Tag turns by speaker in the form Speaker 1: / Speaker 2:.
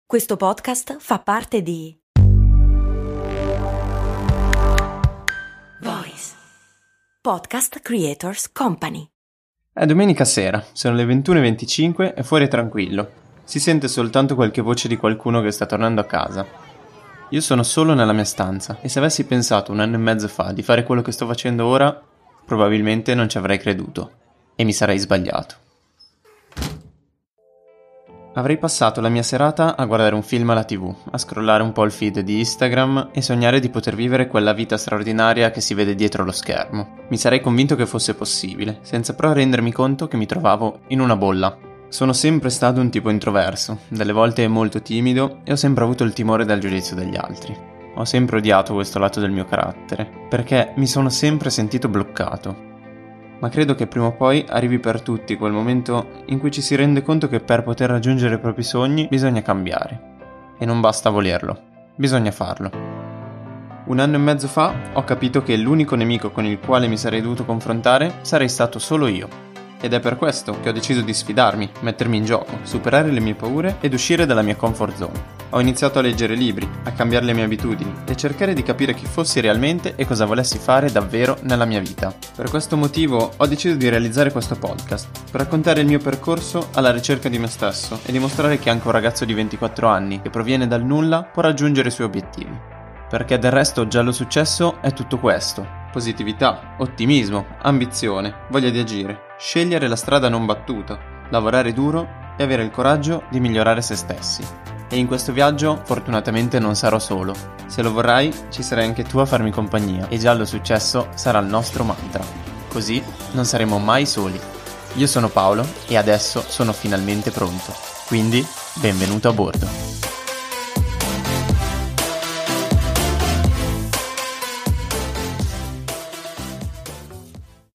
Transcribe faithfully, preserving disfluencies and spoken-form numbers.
Speaker 1: Questo podcast fa parte di Voice Podcast Creators Company.
Speaker 2: È domenica sera, sono le ventuno e venticinque e fuori è tranquillo. Si sente soltanto qualche voce di qualcuno che sta tornando a casa. Io sono solo nella mia stanza e se avessi pensato un anno e mezzo fa di fare quello che sto facendo ora, probabilmente non ci avrei creduto e mi sarei sbagliato. Avrei passato la mia serata a guardare un film alla tivù, a scrollare un po' il feed di Instagram e sognare di poter vivere quella vita straordinaria che si vede dietro lo schermo. Mi sarei convinto che fosse possibile, senza però rendermi conto che mi trovavo in una bolla. Sono sempre stato un tipo introverso, delle volte molto timido e ho sempre avuto il timore dal giudizio degli altri. Ho sempre odiato questo lato del mio carattere, perché mi sono sempre sentito bloccato. Ma credo che prima o poi arrivi per tutti quel momento in cui ci si rende conto che per poter raggiungere i propri sogni bisogna cambiare. E non basta volerlo, bisogna farlo. Un anno e mezzo fa ho capito che l'unico nemico con il quale mi sarei dovuto confrontare sarei stato solo io. Ed è per questo che ho deciso di sfidarmi, mettermi in gioco, superare le mie paure ed uscire dalla mia comfort zone. Ho iniziato a leggere libri, a cambiare le mie abitudini e cercare di capire chi fossi realmente e cosa volessi fare davvero nella mia vita. Per questo motivo ho deciso di realizzare questo podcast, per raccontare il mio percorso alla ricerca di me stesso e dimostrare che anche un ragazzo di ventiquattro anni che proviene dal nulla può raggiungere i suoi obiettivi. Perché del resto già lo successo è tutto questo: positività, ottimismo, ambizione, voglia di agire, scegliere la strada non battuta, lavorare duro e avere il coraggio di migliorare se stessi. E in questo viaggio fortunatamente non sarò solo. Se lo vorrai ci sarai anche tu a farmi compagnia e già lo successo sarà il nostro mantra. Così non saremo mai soli. Io sono Paolo e adesso sono finalmente pronto. Quindi benvenuto a bordo.